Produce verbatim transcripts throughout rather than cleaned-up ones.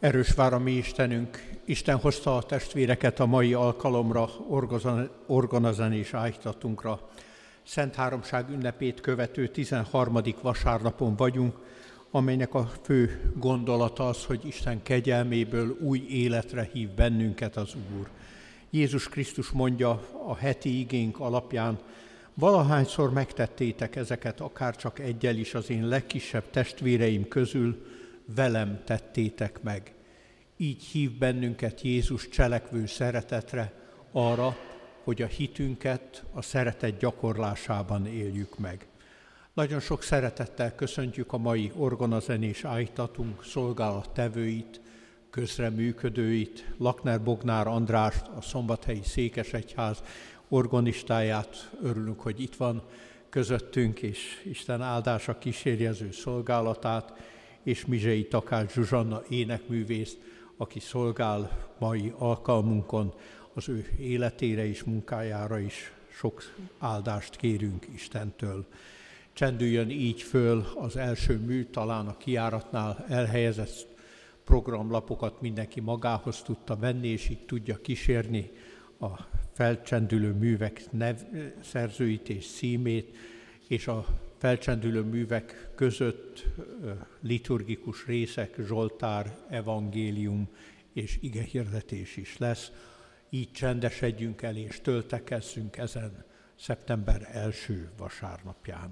Erős vár a mi Istenünk, Isten hozta a testvéreket a mai alkalomra, orgonazenés áhítatunkra. Szent Háromság ünnepét követő tizenharmadik vasárnapon vagyunk, amelynek a fő gondolata az, hogy Isten kegyelméből új életre hív bennünket az Úr. Jézus Krisztus mondja a heti igénk alapján: valahányszor megtettétek ezeket, akár csak egyel is az én legkisebb testvéreim közül, velem tettétek meg. Így hív bennünket Jézus cselekvő szeretetre, arra, hogy a hitünket a szeretet gyakorlásában éljük meg. Nagyon sok szeretettel köszöntjük a mai orgonazenés áhítatunk szolgálattevőit, közreműködőit, Lakner Bognár Andrást, a Szombathelyi Székesegyház orgonistáját. Örülünk, hogy itt van közöttünk, és Isten áldása kíséri az ő szolgálatát, és Mizsei Takács Zsuzsanna énekművészt, aki szolgál mai alkalmunkon. Az ő életére és munkájára is sok áldást kérünk Istentől. Csendüljön így föl az első mű, talán a kijáratnál elhelyezett programlapokat mindenki magához tudta venni, és így tudja kísérni a felcsendülő művek nev, szerzőit és címét, és a felcsendülő művek között liturgikus részek, zsoltár, evangélium és igehirdetés is lesz. Így csendesedjünk el és töltekezzünk ezen szeptember első vasárnapján.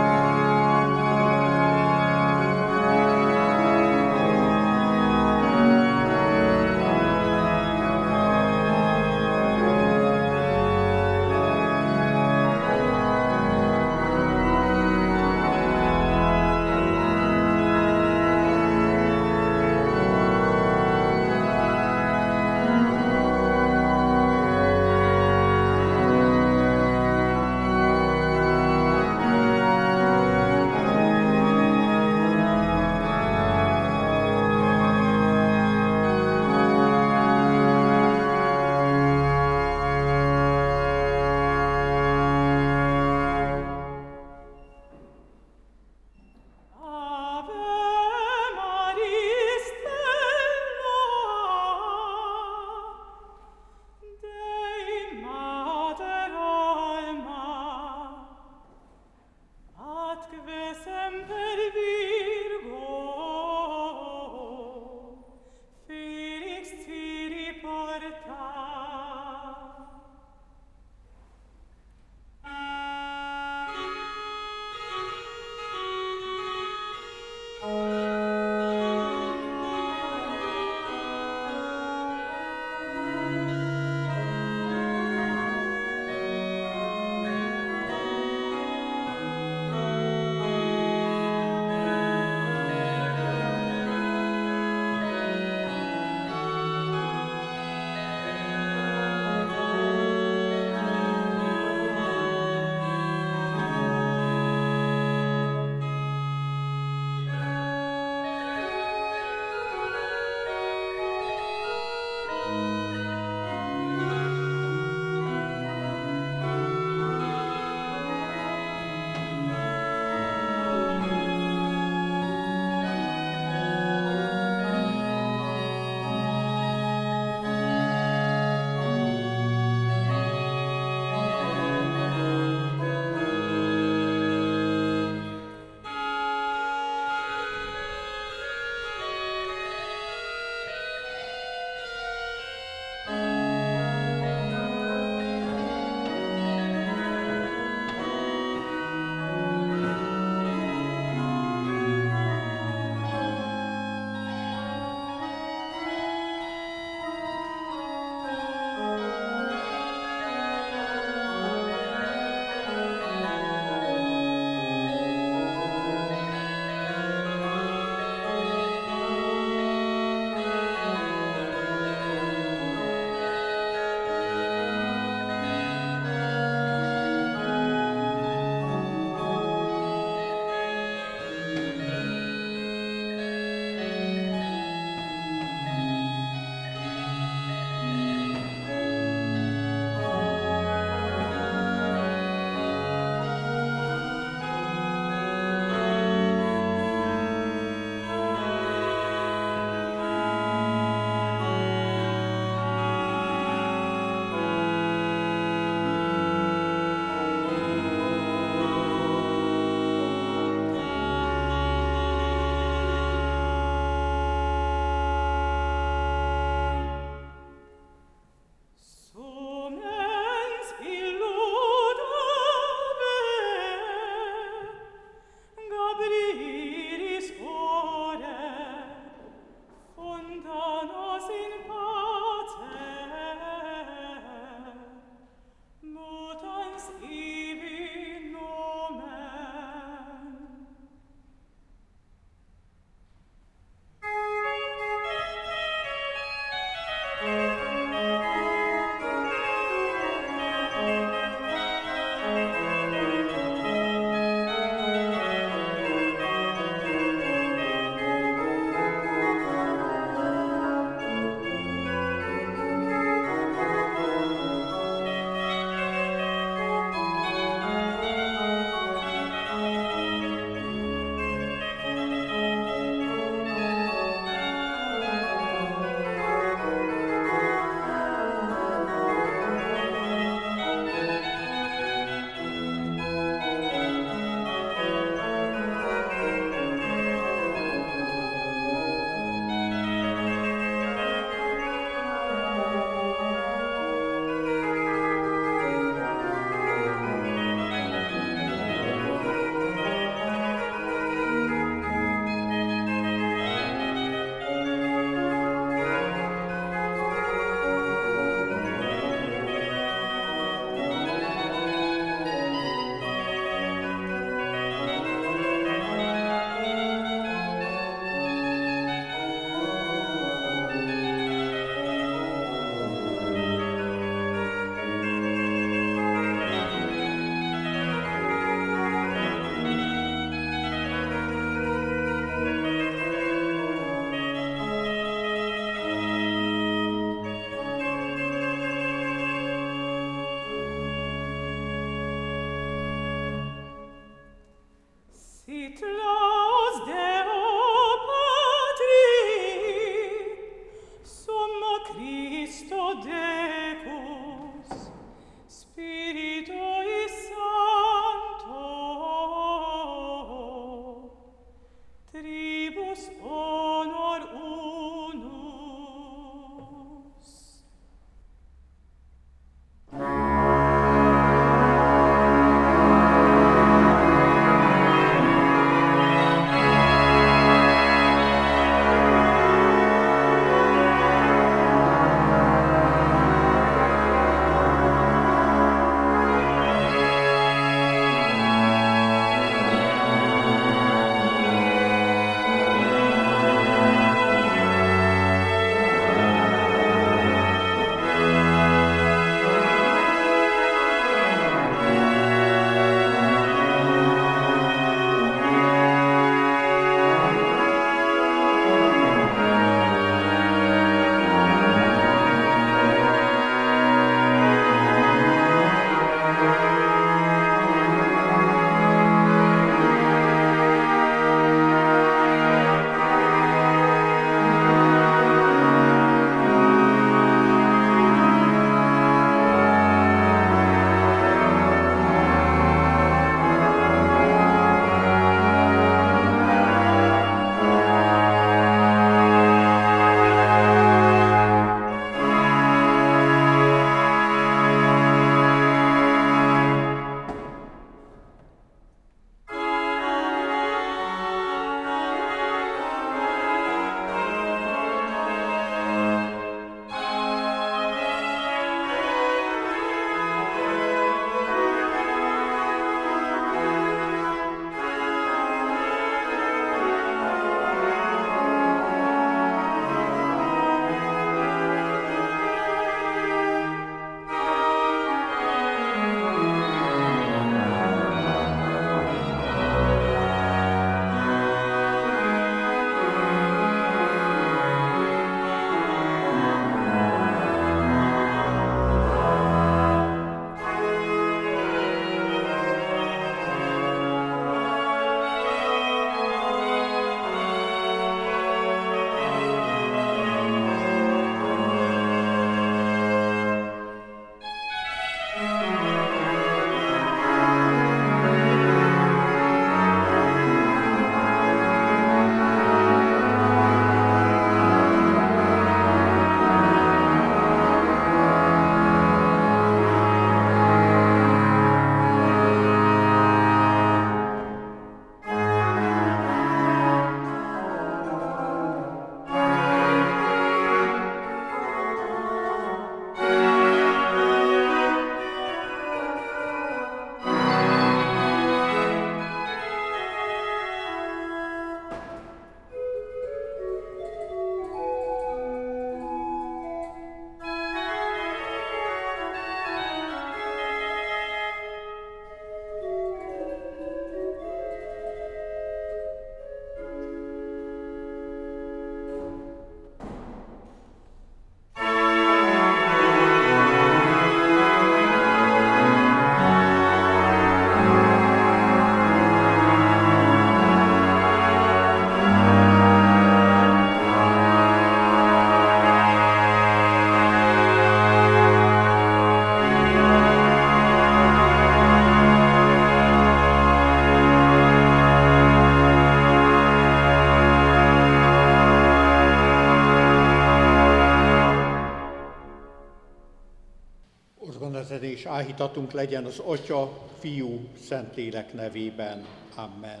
és áhítatunk legyen az Atya, Fiú, Szentlélek nevében. Amen.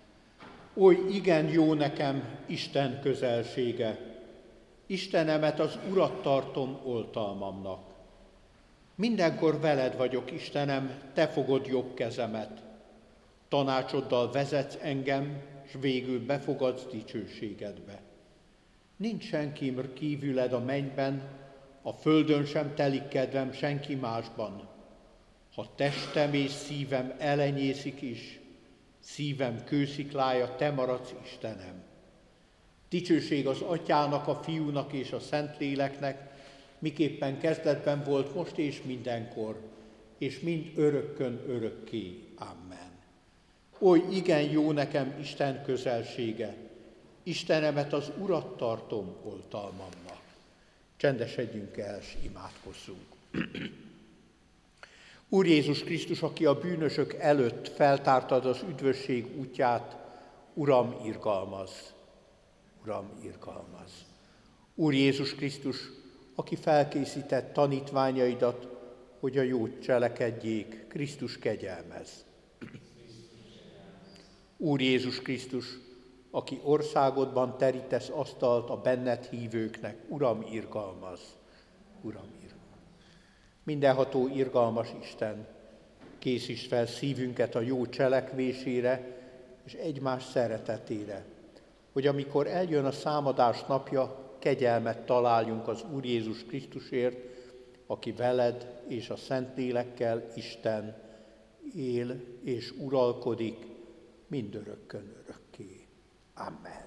Oly igen jó nekem Isten közelsége, Istenemet, az Urat tartom oltalmamnak. Mindenkor veled vagyok, Istenem, te fogod jobb kezemet. Tanácsoddal vezetsz engem, s végül befogadsz dicsőségedbe. Nincs senkim kívüled a mennyben, a földön sem telik kedvem senki másban. Ha testem és szívem elenyészik is, szívem kősziklája, te maradsz, Istenem. Dicsőség az Atyának, a Fiúnak és a Szentléleknek, miképpen kezdetben volt, most és mindenkor, és mind örökkön örökké. Amen. Oly igen jó nekem Isten közelsége, Istenemet az Urat tartom oltalmamnak. Csendesedjünk el, s imádkozzunk. Úr Jézus Krisztus, aki a bűnösök előtt feltártad az üdvösség útját, Uram, irgalmazz! Uram, irgalmazz! Úr Jézus Krisztus, aki felkészített tanítványaidat, hogy a jót cselekedjék, Krisztus, kegyelmezz! Úr Jézus Krisztus, aki országodban terítesz asztalt a benned hívőknek, Uram, irgalmazz! Uram, irgalmazz! Mindenható, irgalmas Isten, készítsd fel szívünket a jó cselekvésére és egymás szeretetére, hogy amikor eljön a számadás napja, kegyelmet találjunk az Úr Jézus Krisztusért, aki veled és a Szentlélekkel, Isten, él és uralkodik mindörökkön örökké. Amen.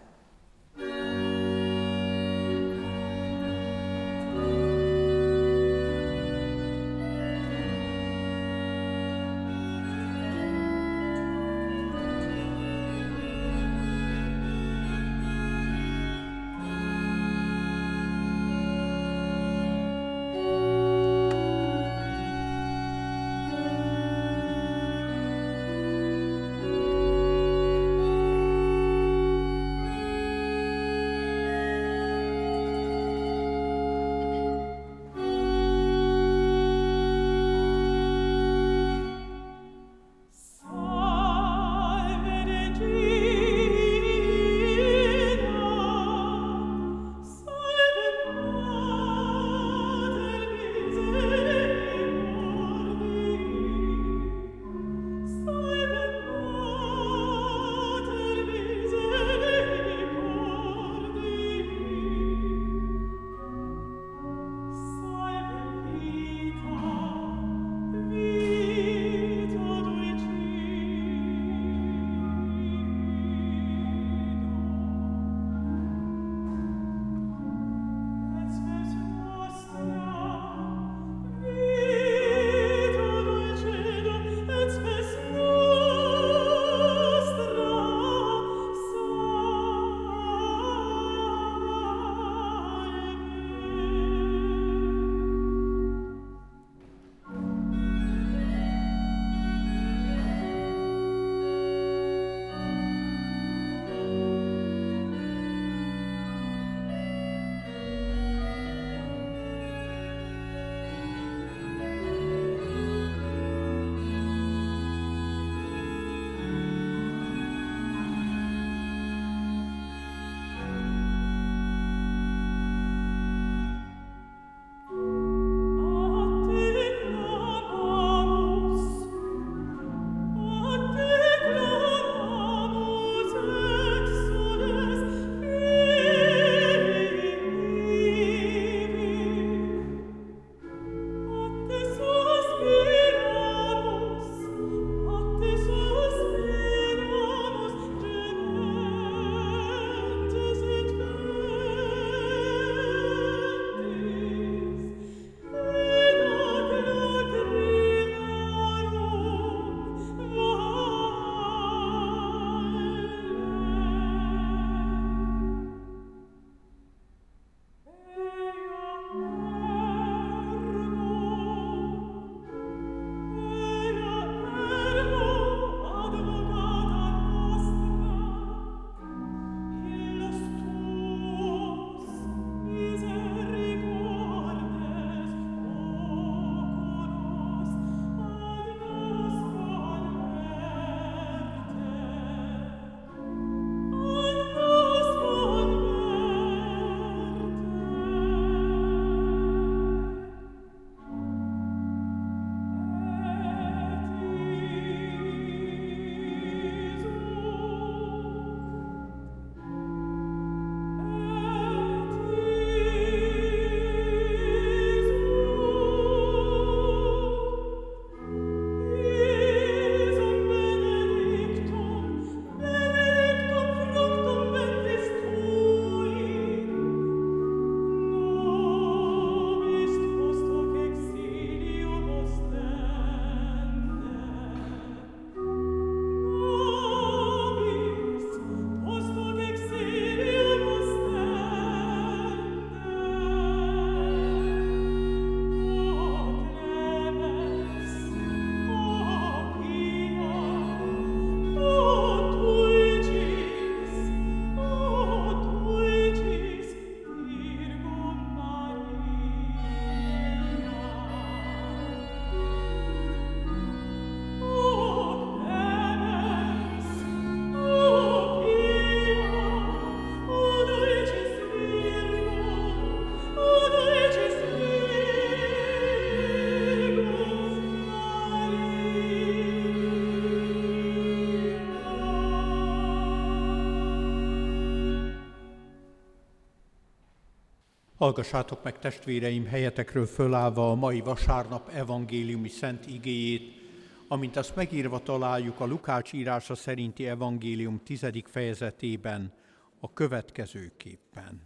Hallgassátok meg, testvéreim, helyetekről fölállva a mai vasárnap evangéliumi szent igéjét, amint azt megírva találjuk a Lukács írása szerinti evangélium tizedik fejezetében a következőképpen.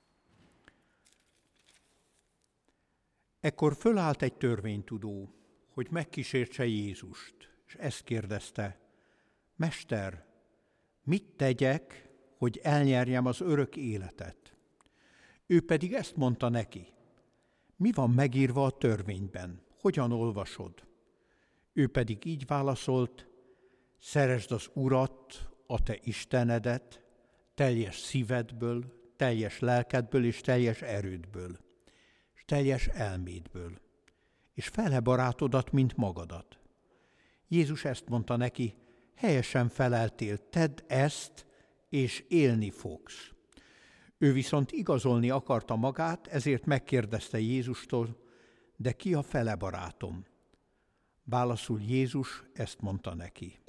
Ekkor fölállt egy törvénytudó, hogy megkísértse Jézust, és ezt kérdezte: Mester, mit tegyek, hogy elnyerjem az örök életet? Ő pedig ezt mondta neki: mi van megírva a törvényben? Hogyan olvasod? Ő pedig így válaszolt: szeresd az Urat, a te Istenedet, teljes szívedből, teljes lelkedből és teljes erődből, és teljes elmédből, és fele barátodat, mint magadat. Jézus ezt mondta neki: helyesen feleltél, tedd ezt, és élni fogsz. Ő viszont igazolni akarta magát, ezért megkérdezte Jézustól: de ki a fele barátom? Válaszul Jézus ezt mondta neki: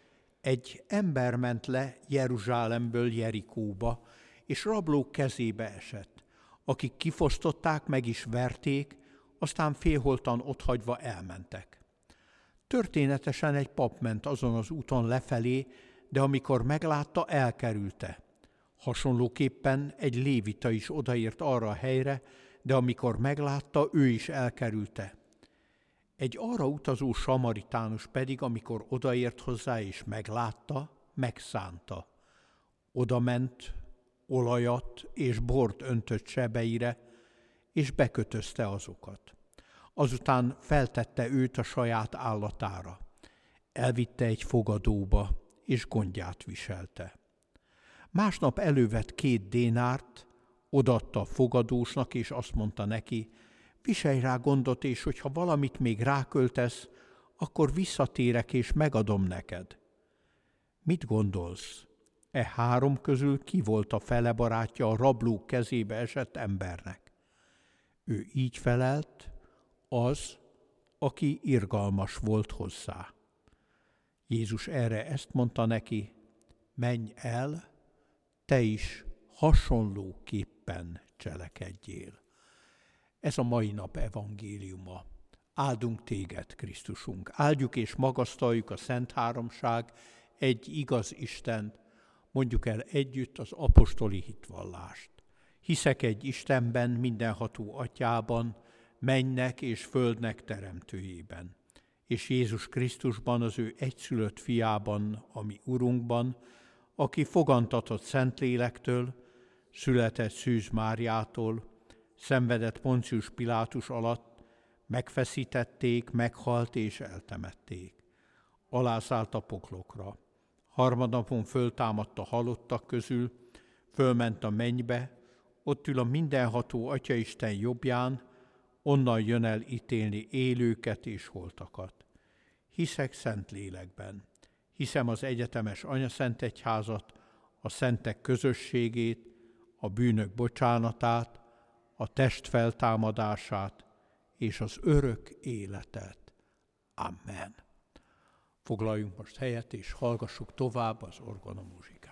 egy ember ment le Jeruzsálemből Jerikóba, és rablók kezébe esett, akik kifosztották, meg is verték, aztán félholtan otthagyva elmentek. Történetesen egy pap ment azon az úton lefelé, de amikor meglátta, elkerülte. Hasonlóképpen egy lévita is odaért arra a helyre, de amikor meglátta, ő is elkerülte. Egy arra utazó samaritánus pedig, amikor odaért hozzá és meglátta, megszánta. Oda ment, olajat és bort öntött sebeire, és bekötözte azokat. Azután feltette őt a saját állatára. Elvitte egy fogadóba, és gondját viselte. Másnap elővett két dénárt, odaadta a fogadósnak, és azt mondta neki: viselj rá gondot, és hogyha valamit még ráköltesz, akkor visszatérek, és megadom neked. Mit gondolsz? E három közül ki volt a fele barátja a rablók kezébe esett embernek? Ő így felelt: az, aki irgalmas volt hozzá. Jézus erre ezt mondta neki: menj el, te is hasonlóképpen cselekedjél. Ez a mai nap evangéliuma. Áldunk téged, Krisztusunk. Áldjuk és magasztaljuk a Szent Háromság, egy igaz Istent, mondjuk el együtt az apostoli hitvallást. Hiszek egy Istenben, mindenható Atyában, mennynek és földnek teremtőjében, és Jézus Krisztusban, az ő egyszülött fiában, a mi Urunkban, aki fogantatott Szentlélektől, született Szűz Máriától, szenvedett Poncius Pilátus alatt, megfeszítették, meghalt és eltemették. Alászállt a poklokra. Harmadnapon föltámadt a halottak közül, fölment a mennybe, ott ül a mindenható Atyaisten jobbján, onnan jön el ítélni élőket és holtakat. Hiszek Szentlélekben, hiszem az egyetemes anyaszentegyházat, a szentek közösségét, a bűnök bocsánatát, a test feltámadását és az örök életet. Amen. Foglaljunk most helyet, és hallgassuk tovább az orgonamuzsikát.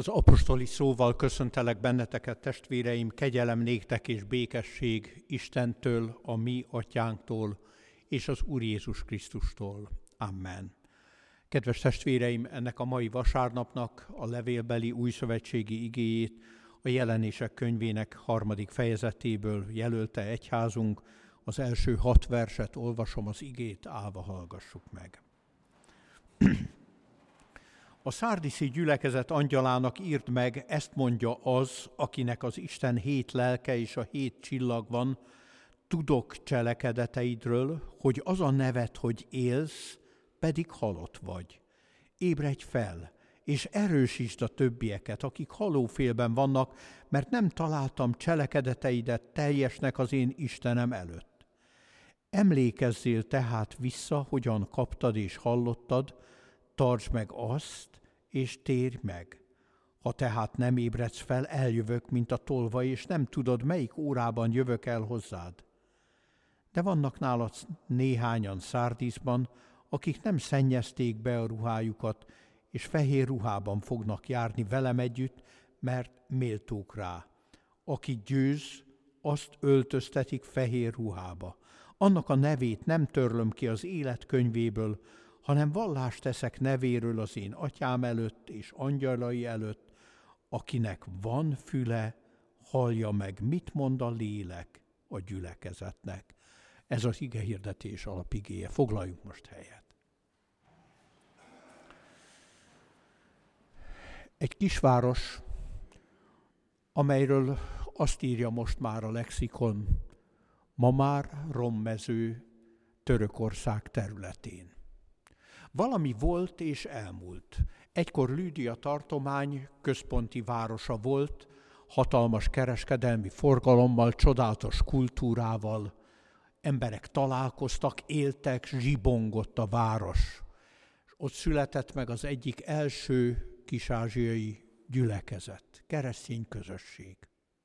Az apostoli szóval köszöntelek benneteket, testvéreim, kegyelem néktek és békesség Istentől, a mi atyánktól és az Úr Jézus Krisztustól. Amen. Kedves testvéreim, ennek a mai vasárnapnak a levélbeli újszövetségi igéjét a Jelenések könyvének harmadik fejezetéből jelölte egyházunk. Az első hat verset olvasom, az igét állva hallgassuk meg. A szárdiszi gyülekezet angyalának írd meg, ezt mondja az, akinek az Isten hét lelke és a hét csillag van, tudok cselekedeteidről, hogy az a neved, hogy élsz, pedig halott vagy. Ébredj fel, és erősítsd a többieket, akik halófélben vannak, mert nem találtam cselekedeteidet teljesnek az én Istenem előtt. Emlékezzél tehát vissza, hogyan kaptad és hallottad, tartsd meg azt, és térj meg. Ha tehát nem ébredsz fel, eljövök, mint a tolva, és nem tudod, melyik órában jövök el hozzád. De vannak nálad néhányan Szárdiszban, akik nem szennyezték be a ruhájukat, és fehér ruhában fognak járni velem együtt, mert méltók rá. Aki győz, azt öltöztetik fehér ruhába. Annak a nevét nem törlöm ki az élet könyvéből, hanem vallást teszek nevéről az én atyám előtt és angyalai előtt, akinek van füle, hallja meg, mit mond a lélek a gyülekezetnek. Ez az igehirdetés alapigéje. Foglaljunk most helyet. Egy kisváros, amelyről azt írja most már a lexikon, ma már rommező Törökország területén. Valami volt és elmúlt. Egykor Lüdia tartomány központi városa volt, hatalmas kereskedelmi forgalommal, csodálatos kultúrával. Emberek találkoztak, éltek, zsibongott a város. És ott született meg az egyik első kis-ázsiai gyülekezet, keresztény közösség.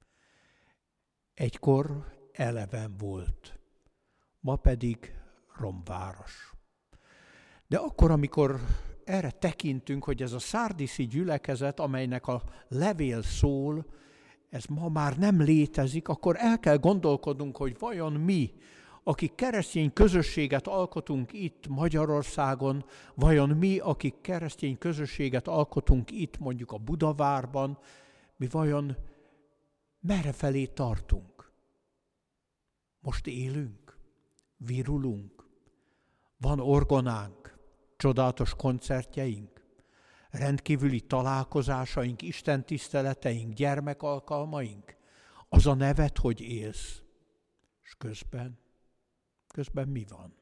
Egykor eleven volt, ma pedig romváros. De akkor, amikor erre tekintünk, hogy ez a szárdiszi gyülekezet, amelynek a levél szól, ez ma már nem létezik, akkor el kell gondolkodnunk, hogy vajon mi, akik keresztény közösséget alkotunk itt Magyarországon, vajon mi, akik keresztény közösséget alkotunk itt mondjuk a Budavárban, mi vajon merre felé tartunk? Most élünk? Virulunk? Van orgonánk? Csodálatos koncertjeink, rendkívüli találkozásaink, istentiszteleteink, gyermekalkalmaink, az a neved, hogy élsz. És közben, közben mi van?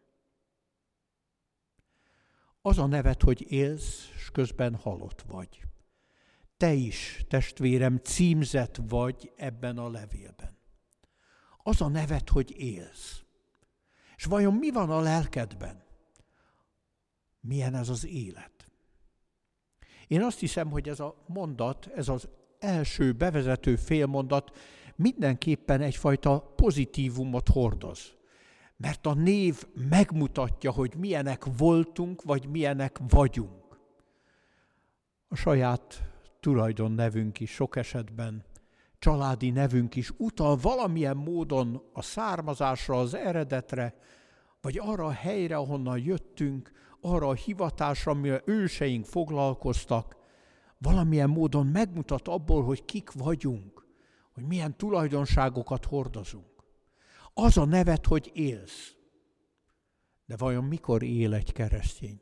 Az a neved, hogy élsz, és közben halott vagy. Te is, testvérem, címzett vagy ebben a levélben. Az a neved, hogy élsz. És vajon mi van a lelkedben? Milyen ez az élet? Én azt hiszem, hogy ez a mondat, ez az első bevezető félmondat mindenképpen egyfajta pozitívumot hordoz. Mert a név megmutatja, hogy milyenek voltunk, vagy milyenek vagyunk. A saját tulajdonnevünk is sok esetben, családi nevünk is utal valamilyen módon a származásra, az eredetre, vagy arra a helyre, ahonnan jöttünk, arra a hivatásra, amivel őseink foglalkoztak, valamilyen módon megmutat abból, hogy kik vagyunk, hogy milyen tulajdonságokat hordozunk. Az a neved, hogy élsz. De vajon mikor él egy keresztény?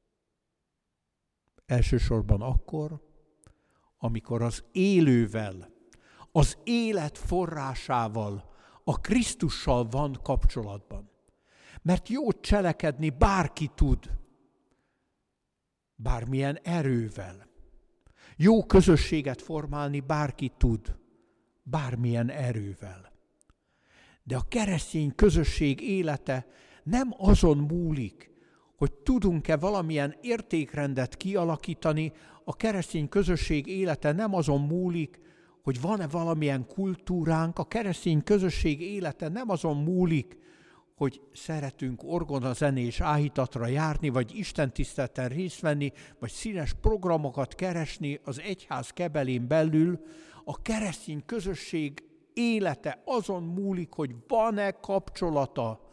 Elsősorban akkor, amikor az élővel, az élet forrásával, a Krisztussal van kapcsolatban. Mert jót cselekedni bárki tud, bármilyen erővel. Jó közösséget formálni bárki tud, bármilyen erővel. De a keresztény közösség élete nem azon múlik, hogy tudunk-e valamilyen értékrendet kialakítani, a keresztény közösség élete nem azon múlik, hogy van-e valamilyen kultúránk, a keresztény közösség élete nem azon múlik, hogy szeretünk orgonazenés áhítatra járni, vagy istentiszteleten részt venni, vagy színes programokat keresni az egyház kebelén belül, a keresztény közösség élete azon múlik, hogy van-e kapcsolata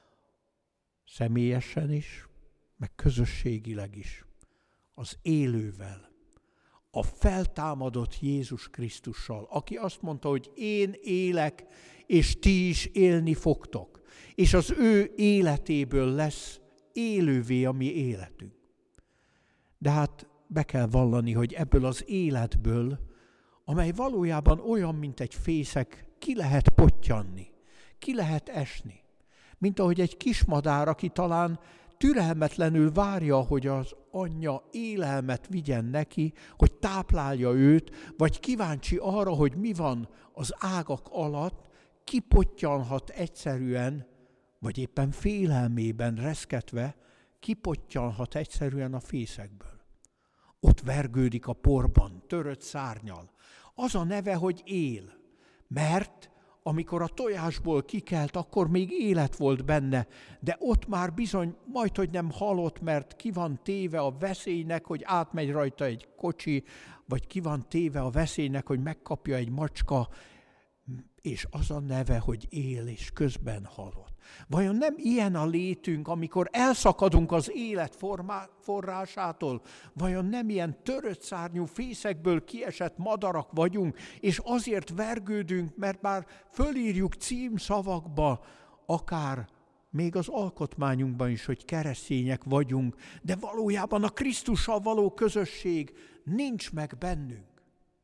személyesen is, meg közösségileg is az élővel, a feltámadott Jézus Krisztussal, aki azt mondta, hogy én élek, és ti is élni fogtok. És az ő életéből lesz élővé a mi életünk. De hát be kell vallani, hogy ebből az életből, amely valójában olyan, mint egy fészek, ki lehet pottyanni, ki lehet esni. Mint ahogy egy kismadár, aki talán türelmetlenül várja, hogy az anyja élelmet vigyen neki, hogy táplálja őt, vagy kíváncsi arra, hogy mi van az ágak alatt, kipottyanhat egyszerűen, vagy éppen félelmében reszketve, kipottyanhat egyszerűen a fészekből. Ott vergődik a porban, törött szárnyal. Az a neve, hogy él, mert amikor a tojásból kikelt, akkor még élet volt benne, de ott már bizony majdhogy nem halott, mert ki van téve a veszélynek, hogy átmegy rajta egy kocsi, vagy ki van téve a veszélynek, hogy megkapja egy macska, és az a neve, hogy él, és közben halott. Vajon nem ilyen a létünk, amikor elszakadunk az élet formá, forrásától? Vajon nem ilyen törött szárnyú fészekből kiesett madarak vagyunk, és azért vergődünk, mert már fölírjuk címszavakba, akár még az alkotmányunkban is, hogy keresztények vagyunk, de valójában a Krisztussal való közösség nincs meg bennünk.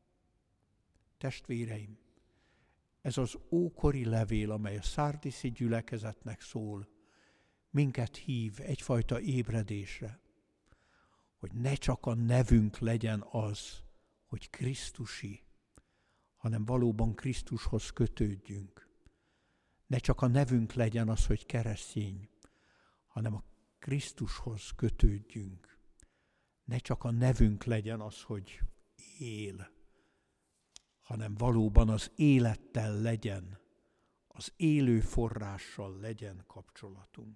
Testvéreim, ez az ókori levél, amely a szárdiszi gyülekezetnek szól, minket hív egyfajta ébredésre, hogy ne csak a nevünk legyen az, hogy Krisztusi, hanem valóban Krisztushoz kötődjünk. Ne csak a nevünk legyen az, hogy keresztény, hanem a Krisztushoz kötődjünk. Ne csak a nevünk legyen az, hogy él, hanem valóban az élettel legyen, az élő forrással legyen kapcsolatunk.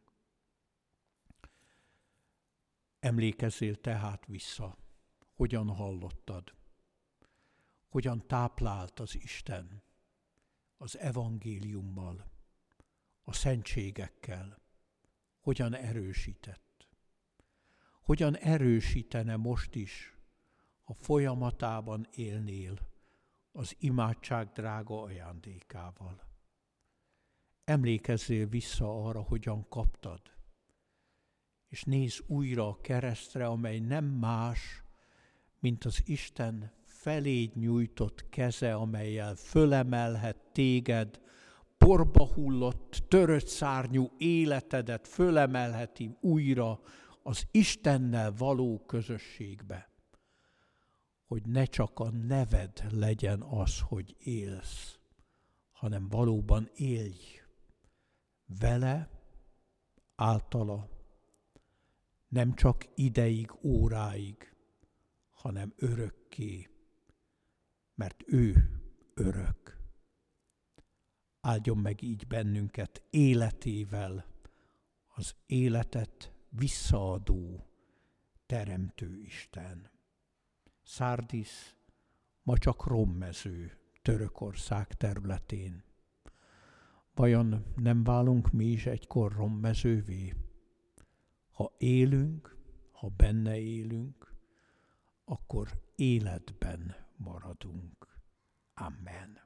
Emlékezzél tehát vissza, hogyan hallottad, hogyan táplált az Isten az evangéliummal, a szentségekkel, hogyan erősített. Hogyan erősítene most is, ha folyamatában élnél az imádság drága ajándékával. Emlékezzél vissza arra, hogyan kaptad, és nézz újra a keresztre, amely nem más, mint az Isten feléd nyújtott keze, amellyel fölemelhet téged, porba hullott, törött szárnyú életedet fölemelheti újra az Istennel való közösségbe. Hogy ne csak a neved legyen az, hogy élsz, hanem valóban élj vele, általa, nem csak ideig, óráig, hanem örökké, mert ő örök. Áldjon meg így bennünket életével, az életet visszaadó, teremtő Isten. Szárdis ma csak rommező Törökország területén. Vajon nem válunk mi is egykor rommezővé? Ha élünk, ha benne élünk, akkor életben maradunk. Amen.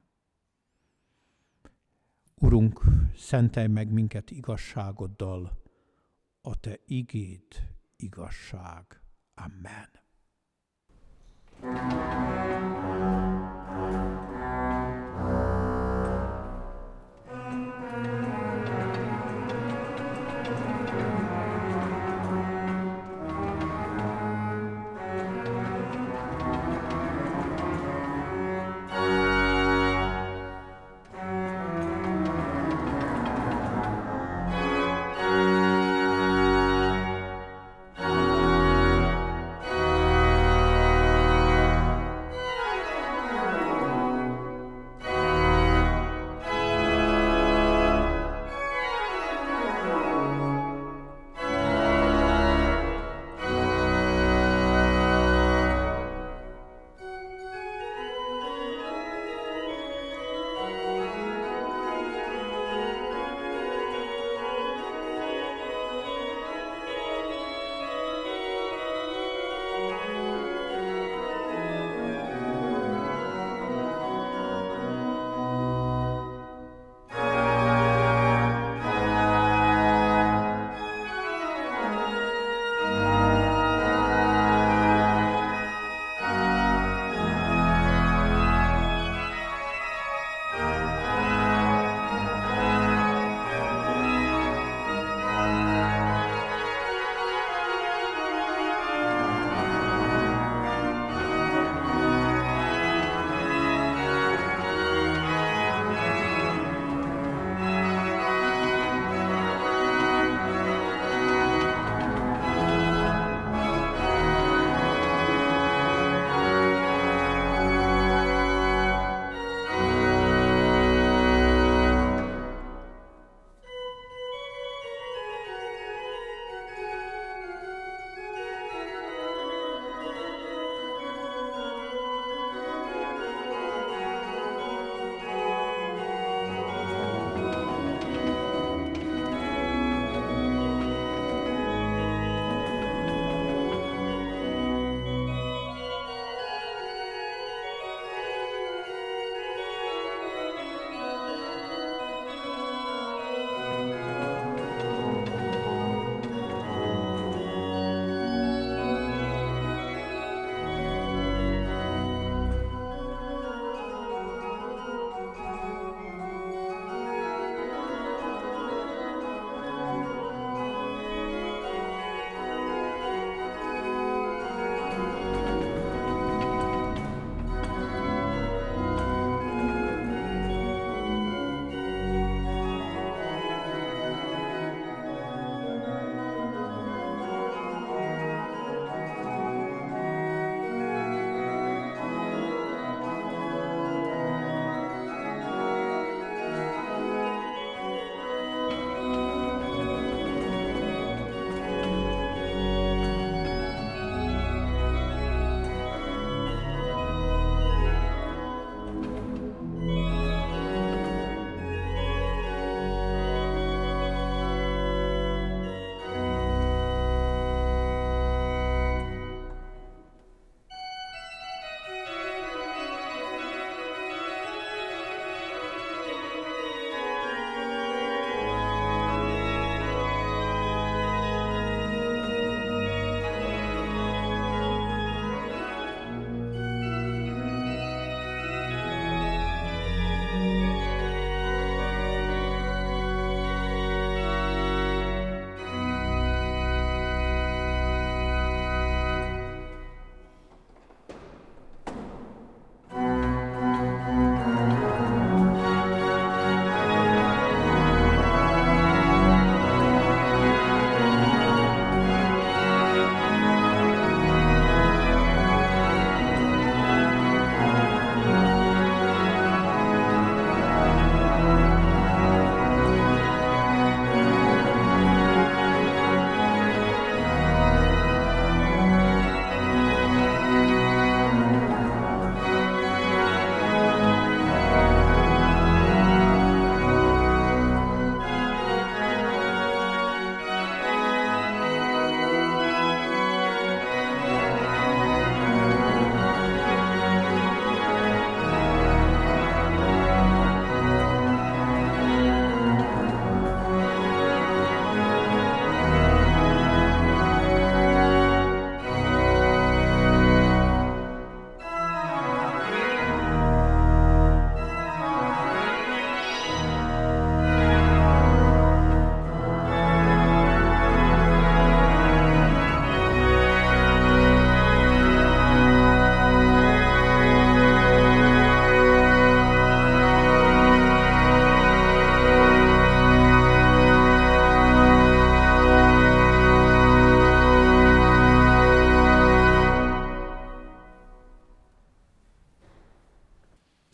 Urunk, szentelj meg minket igazságoddal, a te igéd igazság. Amen.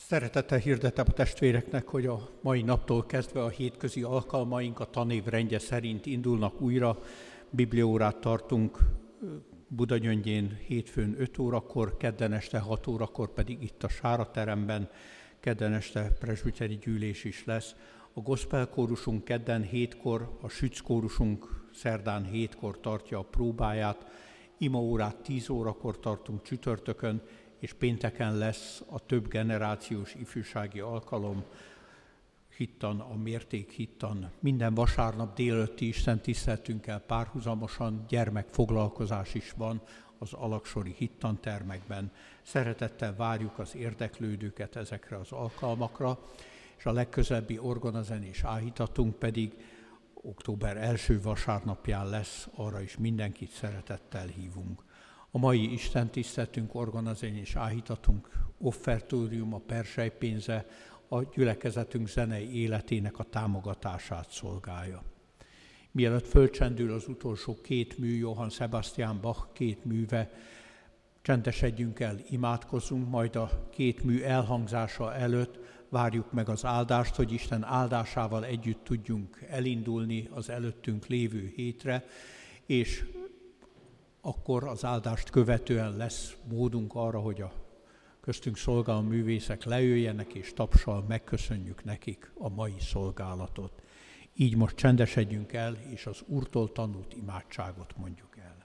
Szeretettel hirdetem a testvéreknek, hogy a mai naptól kezdve a hétközi alkalmaink a tanév rendje szerint indulnak újra. Bibliaórát tartunk Budagyöngyén hétfőn öt órakor, kedden este hat órakor pedig itt a Sára teremben, kedden este presbiteri gyűlés is lesz. A gospel kórusunk kedden hétkor, a Sütz kórusunk szerdán hétkor tartja a próbáját, imaórát tíz órakor tartunk csütörtökön, és pénteken lesz a több generációs ifjúsági alkalom, hittan, a mérték hittan. Minden vasárnap délelőtti Isten tiszteletünkkel párhuzamosan gyermekfoglalkozás is van az alaksori hittantermekben. Szeretettel várjuk az érdeklődőket ezekre az alkalmakra, és a legközelebbi orgonazenés áhítatunk pedig október első vasárnapján lesz, arra is mindenkit szeretettel hívunk. A mai istentiszteletünk, orgonazenés áhítatunk, offertórium, a perselypénze, a gyülekezetünk zenei életének a támogatását szolgálja. Mielőtt fölcsendül az utolsó két mű, Johann Sebastian Bach két műve, csendesedjünk el, imádkozzunk, majd a két mű elhangzása előtt várjuk meg az áldást, hogy Isten áldásával együtt tudjunk elindulni az előttünk lévő hétre, és akkor az áldást követően lesz módunk arra, hogy a köztünk szolgáló művészek leüljenek, és tapssal megköszönjük nekik a mai szolgálatot. Így most csendesedjünk el, és az Úrtól tanult imádságot mondjuk el.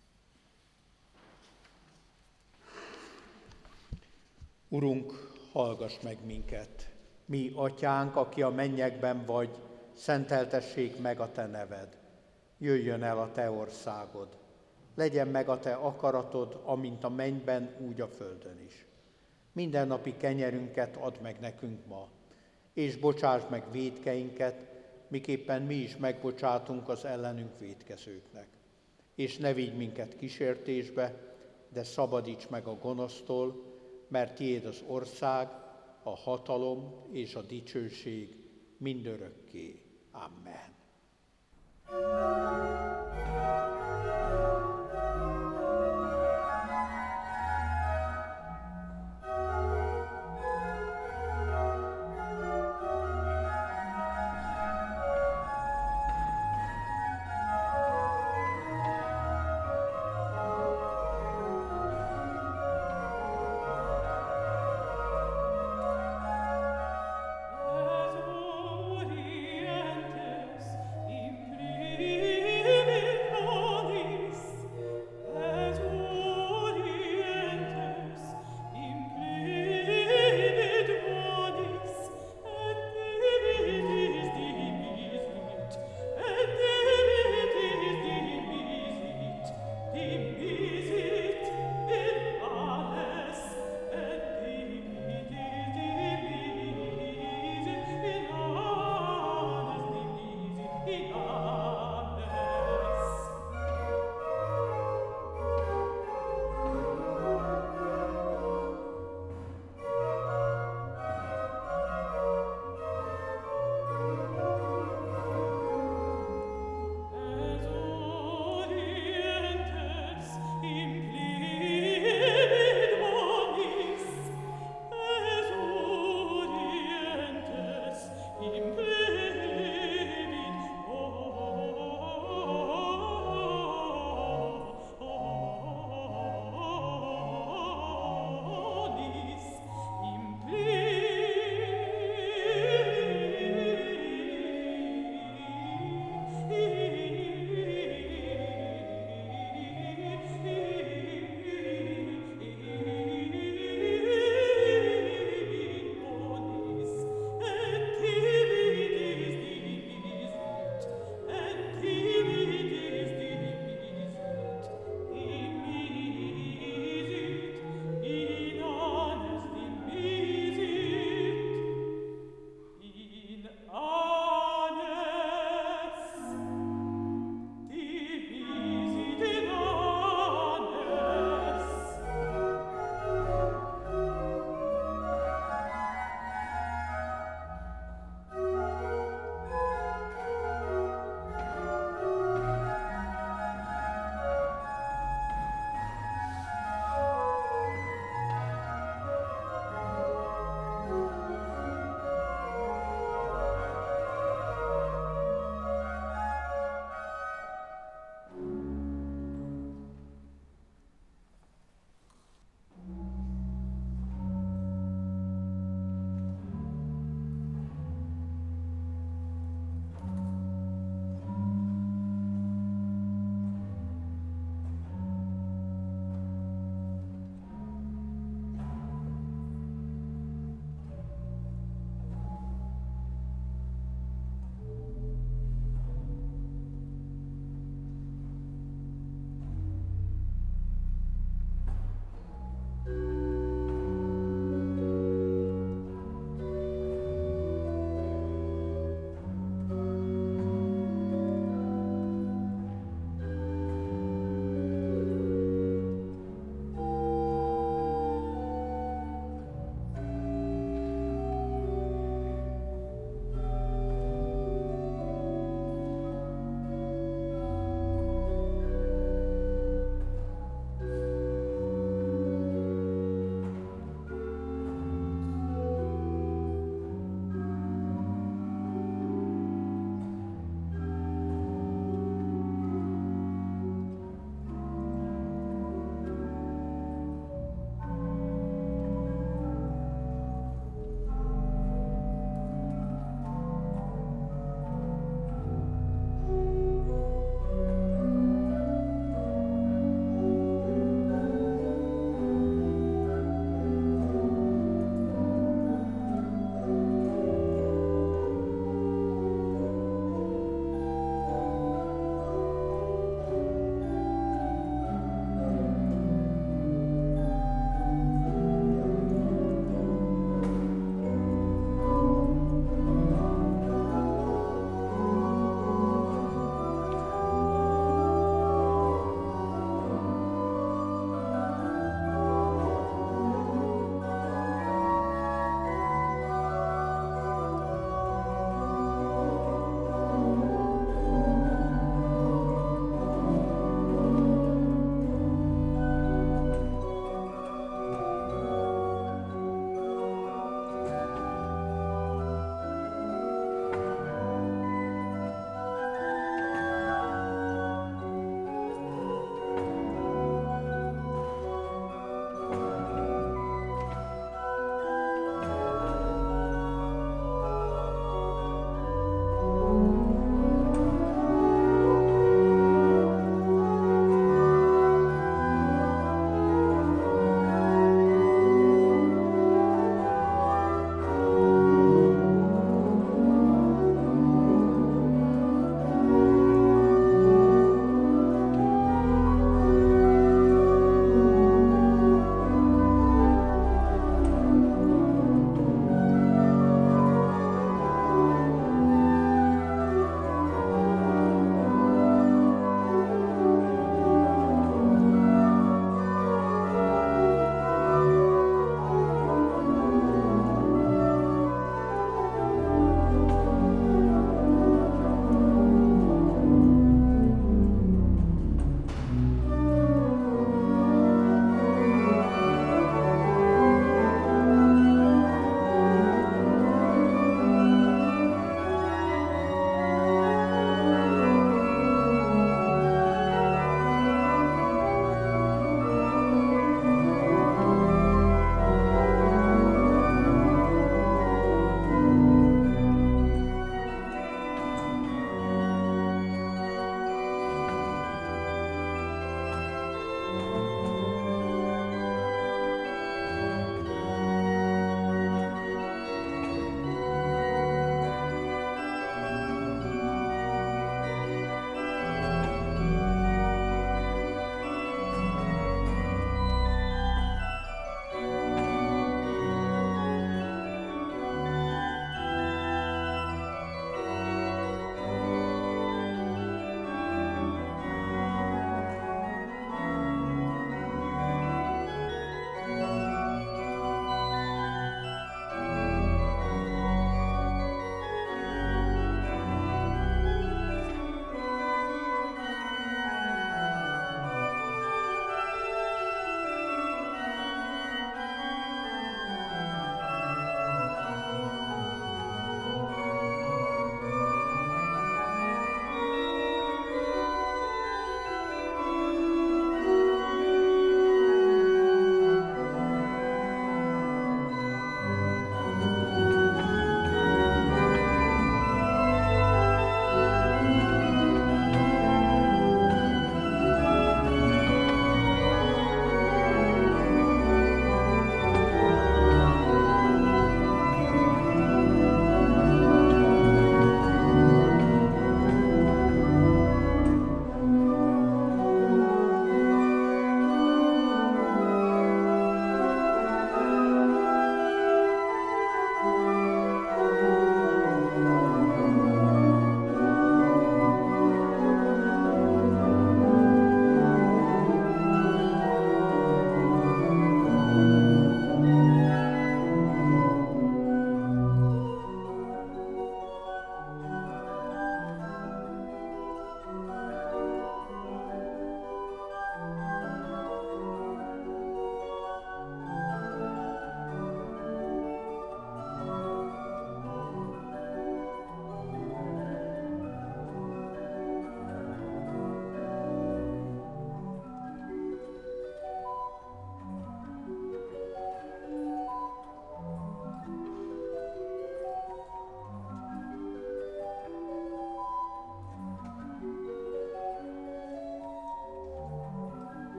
Urunk, hallgass meg minket! Mi, Atyánk, aki a mennyekben vagy, szenteltessék meg a Te neved. Jöjjön el a Te országod. Legyen meg a Te akaratod, amint a mennyben, úgy a földön is. Mindennapi kenyerünket add meg nekünk ma, és bocsásd meg vétkeinket, miképpen mi is megbocsátunk az ellenünk vétkezőknek. És ne vigy minket kísértésbe, de szabadíts meg a gonosztól, mert tiéd az ország, a hatalom és a dicsőség mindörökké. Amen. Orientes in privi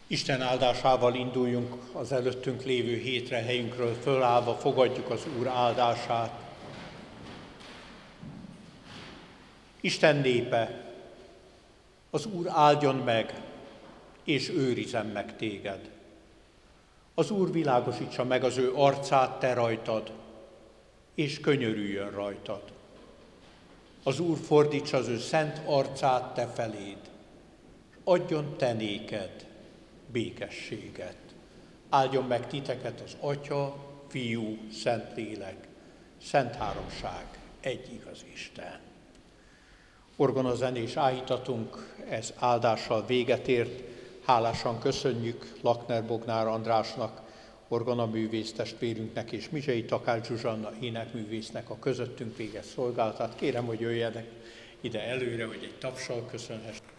Isten áldásával induljunk az előttünk lévő hétre, helyünkről fölállva fogadjuk az Úr áldását. Isten népe, az Úr áldjon meg, és őrizzen meg téged. Az Úr világosítsa meg az ő arcát te rajtad, és könyörüljön rajtad. Az Úr fordítsa az ő szent arcát te feléd, és adjon te néked békességet. Áldjon meg titeket az Atya, Fiú, Szentlélek, Szent Háromság, egy igaz Isten. Orgonazenés áhítatunk, ez áldással véget ért. Hálásan köszönjük Lakner Bognár Andrásnak, orgonaművész testvérünknek és Mizsei Takács Zsuzsanna énekművésznek a közöttünk végez szolgálatát. Kérem, hogy jöjjenek ide előre, hogy egy tapssal köszönhessünk.